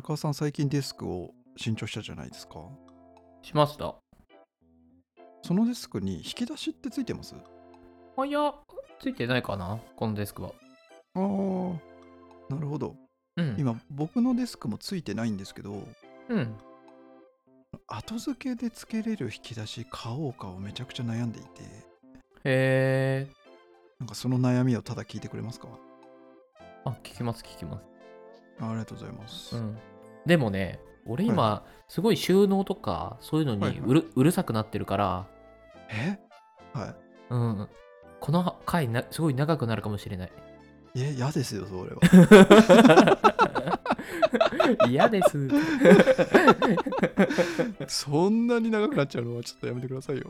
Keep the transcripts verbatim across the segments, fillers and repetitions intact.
荒川さん、最近デスクを新調したじゃないですか。 しました。 そのデスクに引き出しってついてます？ あ、いや、ついてないかな、このデスクは。 あー、なるほど。 うん。 今、僕のデスクもついてないんですけど、 うん。 後付けで付けれる引き出し買おうかをめちゃくちゃ悩んでいて、 へえ。 なんかその悩みをただ聞いてくれますか？ あ、聞きます、聞きます。 あありがとうございます。 うん。でもね、俺はいはい。 今、すごい収納とか、そういうのはいはい。 にうるうるさくなってるから、 えはうん。この回な、すごい長くなるかもしれない。 い。え、嫌ですよ、それは。 嫌です。 そんなに長くなっちゃうのはちょっとやめてくださいよ。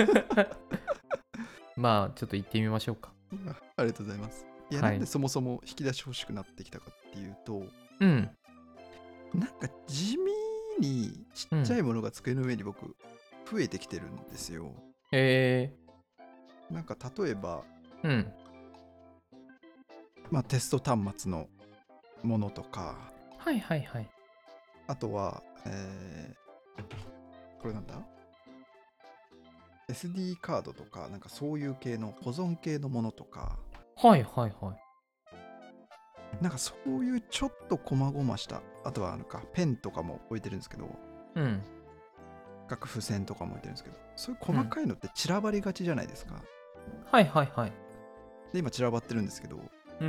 まあ、ちょっと行ってみましょうか。 ありがとうございます。いや、なはい。 んでそもそも引き出し欲しくなってきたかっていうと、 うん。 なんか地味にちっうん。 ちゃいものが机の上に僕増えてきてるんですよ。 へえ。 なんか例えば、 うん。 まあ、テスト端末のものとか、 はいはいはい。 あとは、えーこれなんだ エスディー カードとか、なんかそういう系の保存系のものとか、 はいはいはい。 なんかそういうちょっと細々した、あとはなんかペンとかも置いてるんですけど、 うん。 各付箋とかも置いてるんですけど、そういううん。 細かいのって散らばりがちじゃないですか。 はいはいはい。 で、今散らばってるんですけど、 うん。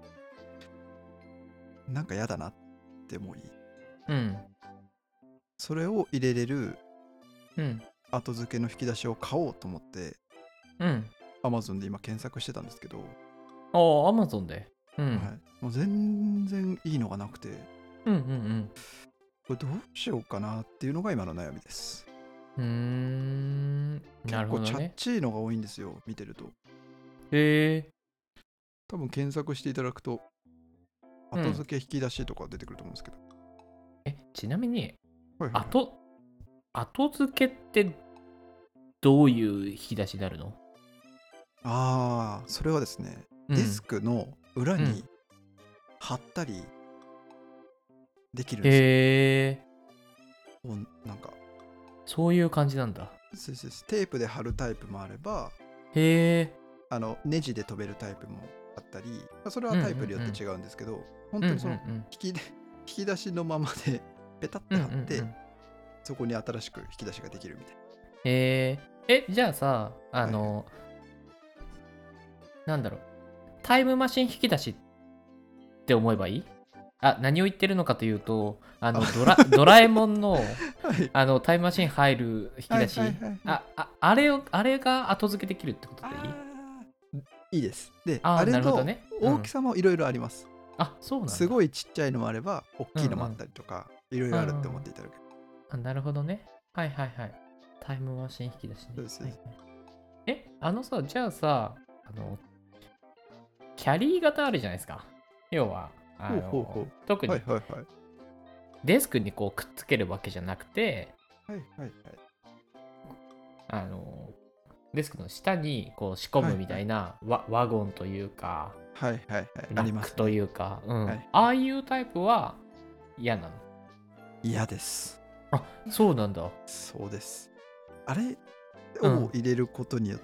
なんか嫌だなって思い、 うん。 それを入れれるうん。 後付けの引き出しを買おうと思って、 うん。 Amazon で今検索してたんですけど、 ああ、アマゾンで。うん。 はい、もう全然いいのがなくて、 うんうんこれどうしようかなっていうのが今の悩みです。 うん。うーん。な結構チャッるほどね。 チーのが多いんですよ、見てると。 へえ。 多分検索していただくと、 うん。 後付け引き出しとか出てくると思うんですけど。 え、ちなみに、 はいはいはい。 後、後付けってどういう引き出しになるの？ ああ、それはですね、デスうん。 クの裏うん。 に貼ったりできるんですよ。 へえ。 こうなんか、 そういう感じなんだ。 そうそうそうテープで貼るタイプもあれば、 へえ。 あのネジで留めるタイプもあったり、まあそれはうんうんタイプによって違うんですけど、本うん。うん当にそのうん引き引き出しのままでペタっうん。 てうんう貼ってんそこに新しく引き出しができるみたいへえ。え、じゃあさ、あな。はいはい。 の、なんだろう。タイムマシン引き出しって思えばいい？あ、何を言ってるのかというと、ああの、ドラ、ドラえもんの、 はいあの、タイムマシン入る引きはいはい出し、 はいはい。 あ、あ、あれを、あれが後付けできるってことでいい？ ああ、いいです。で、 ああー、 あれのなるほどね。う大きん。 さもいろいろあります。 あ、そうなんだ。 すごいちっちゃいのもあれば、大きいのもあっうんうん。 たりとか、いろいうんうろあるって思っん。 ていただく。 あ、なるほどね。はいはいはい。タイムマシン引き出しね。 そうですそうです。 はいはい。え、あのさ、じゃあさ、あの、キャリー型あるじゃないですか。要は、あほうほうの、 ほう。はい特にはいはい。 デスクにこうくっつけるわけじゃなくて、 はいはいはい。 あの、デスクの下にこう仕込むみはいはい。 たいなワワゴンというか、 はいはいはい。あラックとりますね。 いうか、うん。 はいはい。 ああいうタイプは嫌なの？ 嫌です。 あ、そうなんだ。 そうです。あれうん。 を入れることによって、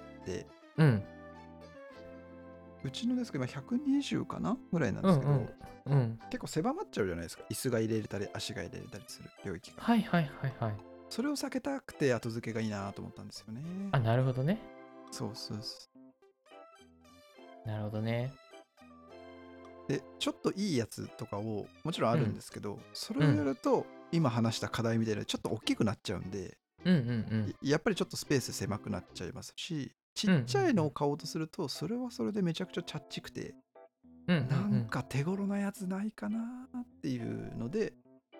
うん。 うちのデスク今ひゃくにじゅうかなぐらいなんですけど、 うんうん。うん。 結構狭まっちゃうじゃないですか。椅子が入れれたり、足が入れれたりする領域が。 はいはいはいはい。 それを避けたくて後付けがいいなと思ったんですよね。 あ、なるほどね。 そうそうそなるほどね。 う。で、ちょっといいやつとかをもちろんあるんうん。 ですけど、それをやうん。 ると今話した課題みたいなちょっと大きくなっちゃうんで、 うんうんやっぱりちょっとスペース狭くなっちゃいますし、ちっうん。うんちゃいのを買おうとすると、それはそれでめちゃくちゃチャッチくて、 うんうん。うんうんなんか手頃なやつないかなっていうので、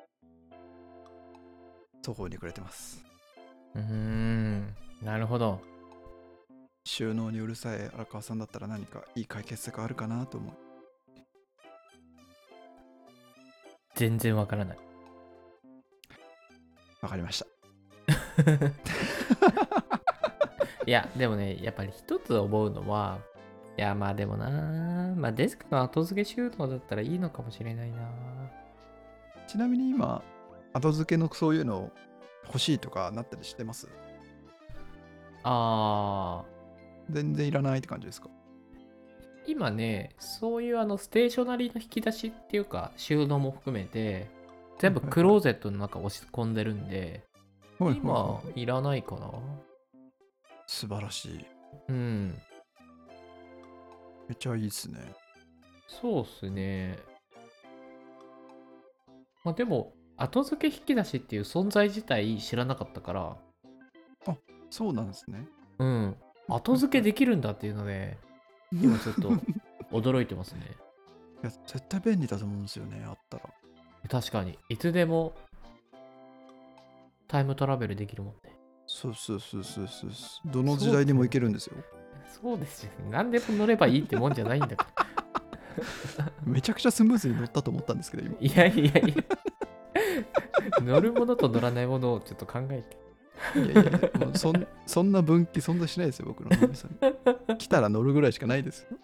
途方に暮れてます。 うん。うーん。なるほど。 収納にうるさい荒川さんだったら何かいい解決策あるかなと思う。 全然わからない。 わかりました。 いや、でもね、やっぱり一つ思うのは、いや、まあでもな、まあデスクの後付け収納だったらいいのかもしれないな。 ちなみに今、後付けのそういうの欲しいとかなったりしてます？ あ全然いらないって感じですか？ ー、今ね、そういうあのステーショナリーの引き出しっていうか、収納も含めて、全部クローゼットの中押し込んでるんで、 はいはい今はい。 いらないかな。 素晴らしい。 うん、 めっちゃいいっすね。 そうっすね。まあでも、後付け引き出しっていう存在自体知らなかったから、 あ、そうなんですね。 うん、後付けできるんだっていうので、今ちょっと驚いてますね。 いや、絶対便利だと思うんですよね、あったら。 確かに、いつでもタイムトラベルできるもんね。 そうそうそうそうそうそう。どのそうですよね。 時代にも行けるんですよ。 そうですよね。何でも乗ればいいってもんじゃないんだから。 めちゃくちゃスムーズに乗ったと思ったんですけど、今。 いやいやいや。乗るものと乗らないものをちょっと考えて。 いやいやいや、もうそんそんな分岐存在しないですよ、僕の脳みそに。来たら乗るぐらいしかないですよ。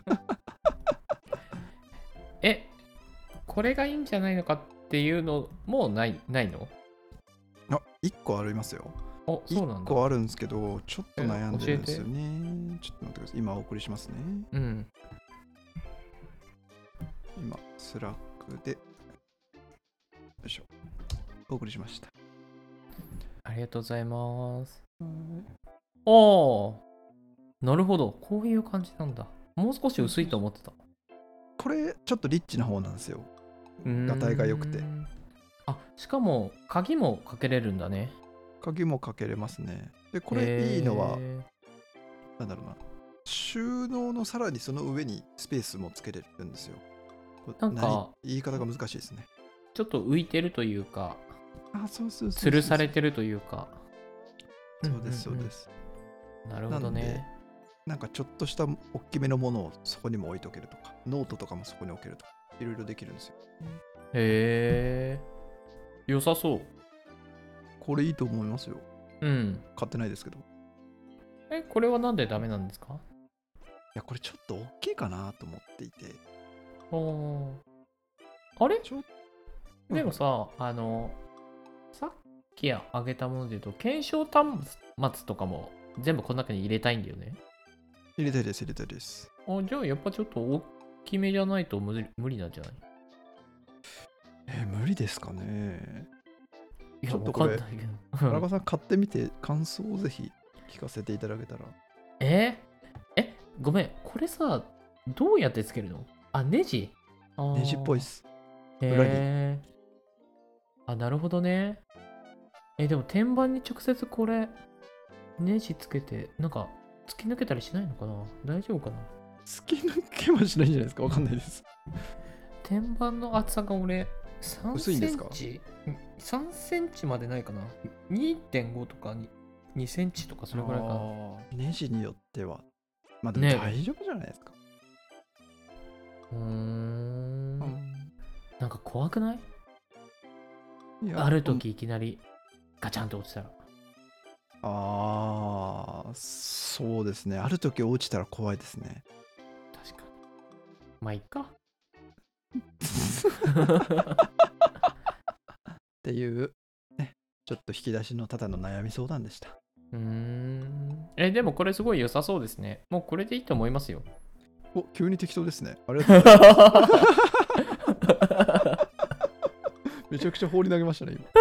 え、これがいいんじゃないのかっていうのもないないの？ あ、いっこありますよ。 お、そうなん 1 だ。 個あるんですけど、ちょっとえ悩んでるんですよ教ね。ちょっと待ってください。今お送りしますね。 うん。 今、スラックで、よいしょ。お送りしました。 ありがとうございます。 はいおー、なるほど。こういう感じなんだ。もう少し薄いと思ってた。 これ、ちょっとリッチな方なんですよ。 うーんがたいが良くて。 あ、しかも鍵もかけれるんだね。 鍵もかけれますね。で、これいいのは、 へなんだろうな。収納のさらにその上にスペースもつけれるんですよ。これなんか何言い方が難しいですね。 ーちょっと浮いてるというか、 あ、そうそうそうそう。 吊るされてるというか。 そうです、そんんんうです。 なるほどね。 なんかちょっとした大きめのものをそこにも置いとけるとか、ノートとかもそこに置けるとか、いろいろできるんですよ。 へえ。良さそう。 これいいと思いますよ。 うん。 買ってないですけど。いえ、これはなんでダメなんですか？ や、これちょっと大きいかなと思っていて。 おーあれちょでもさ、あの、さっきあげたもので言うと、検証端末とかも全部この中に入れたいんだよね。 入れたいです、入れたいです。 あ、じゃあやっぱちょっと大きめじゃないと無理無理なんじゃない？ えー無理ですかね。 いや、 ちょっとこれわかんないけ田ど。 中さん買ってみて感想をぜひ聞かせていただけたら。 ええ、ごめん。これさ、どうやってつけるの？あ、ネジあーネジっぽいっす。 へ裏にえ。あ、なるほどね。え、でも天板に直接これ、ネジつけて、なんか、突き抜けたりしないのかな？大丈夫かな？ 突き抜けはしないんじゃないですか。わかんないです。 天板の厚さが俺、3セ薄いんですか？ ンチ ?さん センチまでないかな？ にてんご とかににセンチとかそれぐらいかな。 あーネジによっては。まあでもね大丈夫じゃないですか。 うーん。 うんなんか怖くない？ いやある時いきなりガチャンと落ちたら。 ああ、そうですね。ある時落ちたら怖いですね。 確かに。まあ、いっか。 っていう、ね、ちょっと引き出しのただの悩み相談でした。 うーん。え、でもこれすごい良さそうですね。もうこれでいいと思いますよ。 お、急に適当ですね。ありがとうございます。めちゃくちゃ放り投げましたね、今。